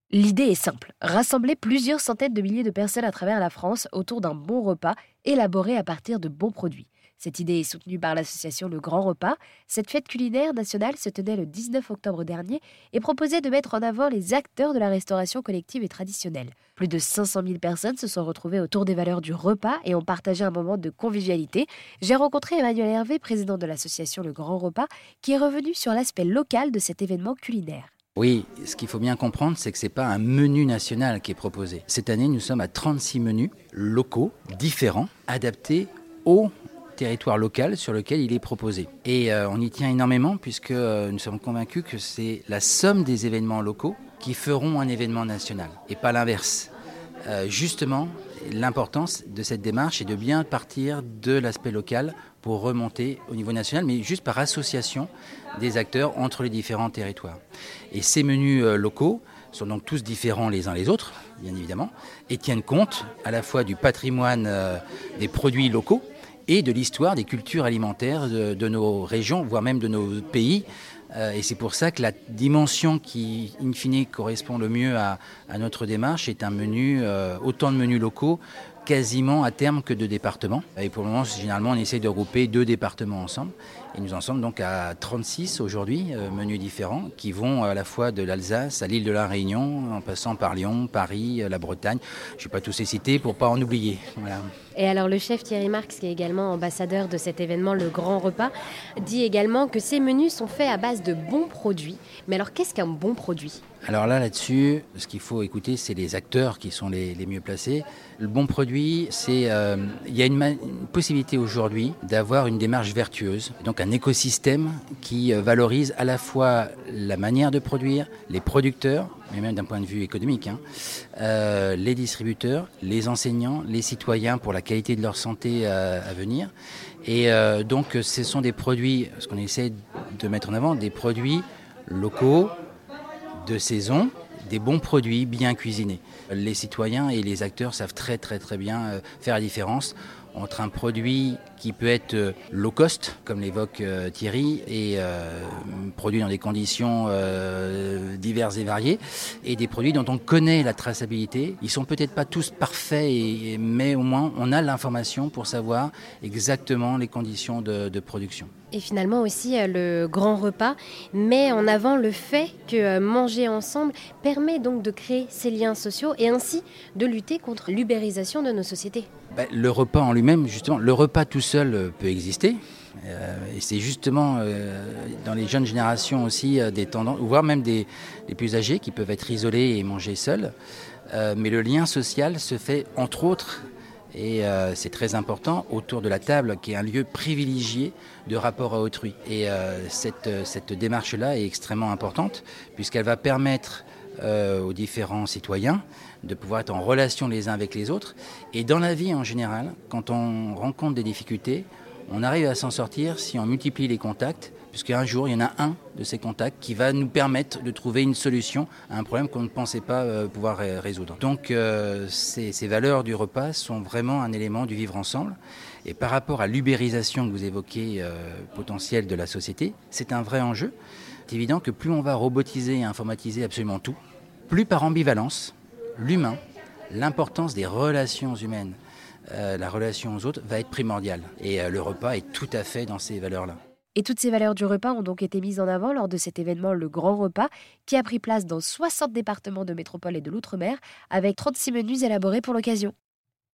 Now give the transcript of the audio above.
L'idée est simple, rassembler plusieurs centaines de milliers de personnes à travers la France autour d'un bon repas élaboré à partir de bons produits. Cette idée est soutenue par l'association Le Grand Repas. Cette fête culinaire nationale se tenait le 19 octobre dernier et proposait de mettre en avant les acteurs de la restauration collective et traditionnelle. Plus de 500 000 personnes se sont retrouvées autour des valeurs du repas et ont partagé un moment de convivialité. J'ai rencontré Emmanuel Hervé, président de l'association Le Grand Repas, qui est revenu sur l'aspect local de cet événement culinaire. Oui, ce qu'il faut bien comprendre, c'est que ce n'est pas un menu national qui est proposé. Cette année, nous sommes à 36 menus locaux, différents, adaptés au territoire local sur lequel il est proposé. Et on y tient énormément puisque nous sommes convaincus que c'est la somme des événements locaux qui feront un événement national et pas l'inverse. Justement, l'importance de cette démarche est de bien partir de l'aspect local pour remonter au niveau national, mais juste par association des acteurs entre les différents territoires. Et ces menus locaux sont donc tous différents les uns les autres, bien évidemment, et tiennent compte à la fois du patrimoine des produits locaux et de l'histoire des cultures alimentaires de nos régions, voire même de nos pays. Et c'est pour ça que la dimension qui, in fine, correspond le mieux à notre démarche est un menu, autant de menus locaux, quasiment à terme que de départements. Et pour le moment, généralement, on essaie de regrouper 2 départements ensemble. Et nous en sommes donc à 36 aujourd'hui, menus différents, qui vont à la fois de l'Alsace à l'île de la Réunion, en passant par Lyon, Paris, la Bretagne. Je ne vais pas tous les citer pour ne pas en oublier. Voilà. Et alors le chef Thierry Marx, qui est également ambassadeur de cet événement, le Grand Repas, dit également que ces menus sont faits à base de bons produits. Mais alors qu'est-ce qu'un bon produit ? Alors là-dessus, ce qu'il faut écouter, c'est les acteurs qui sont les mieux placés. Le bon produit, c'est il y a une possibilité aujourd'hui d'avoir une démarche vertueuse, donc un écosystème qui valorise à la fois la manière de produire, les producteurs, mais même d'un point de vue économique, les distributeurs, les enseignants, les citoyens pour la qualité de leur santé à venir. Et donc ce sont des produits, ce qu'on essaie de mettre en avant, des produits locaux, de saison, des bons produits bien cuisinés. Les citoyens et les acteurs savent très bien faire la différence entre un produit qui peut être low cost, comme l'évoque Thierry, et produit dans des conditions diverses et variées, et des produits dont on connaît la traçabilité. Ils sont peut-être pas tous parfaits, mais au moins on a l'information pour savoir exactement les conditions de production. Et finalement aussi, le Grand Repas met en avant le fait que manger ensemble permet donc de créer ces liens sociaux et ainsi de lutter contre l'ubérisation de nos sociétés. Le repas en lui-même, justement, le repas tout seul peut exister. Et c'est justement dans les jeunes générations aussi des tendances, voire même des plus âgés qui peuvent être isolés et manger seuls. Mais le lien social se fait entre autres, et c'est très important, autour de la table qui est un lieu privilégié de rapport à autrui. Et cette démarche-là est extrêmement importante puisqu'elle va permettre aux différents citoyens de pouvoir être en relation les uns avec les autres. Et dans la vie en général, quand on rencontre des difficultés, on arrive à s'en sortir si on multiplie les contacts, puisqu'un jour, il y en a un de ces contacts qui va nous permettre de trouver une solution à un problème qu'on ne pensait pas pouvoir résoudre. Donc ces valeurs du repas sont vraiment un élément du vivre ensemble. Et par rapport à l'ubérisation que vous évoquez, potentielle de la société, c'est un vrai enjeu. C'est évident que plus on va robotiser et informatiser absolument tout, plus par ambivalence, l'humain, l'importance des relations humaines, la relation aux autres va être primordiale. Et le repas est tout à fait dans ces valeurs-là. Et toutes ces valeurs du repas ont donc été mises en avant lors de cet événement Le Grand Repas, qui a pris place dans 60 départements de métropole et de l'outre-mer, avec 36 menus élaborés pour l'occasion.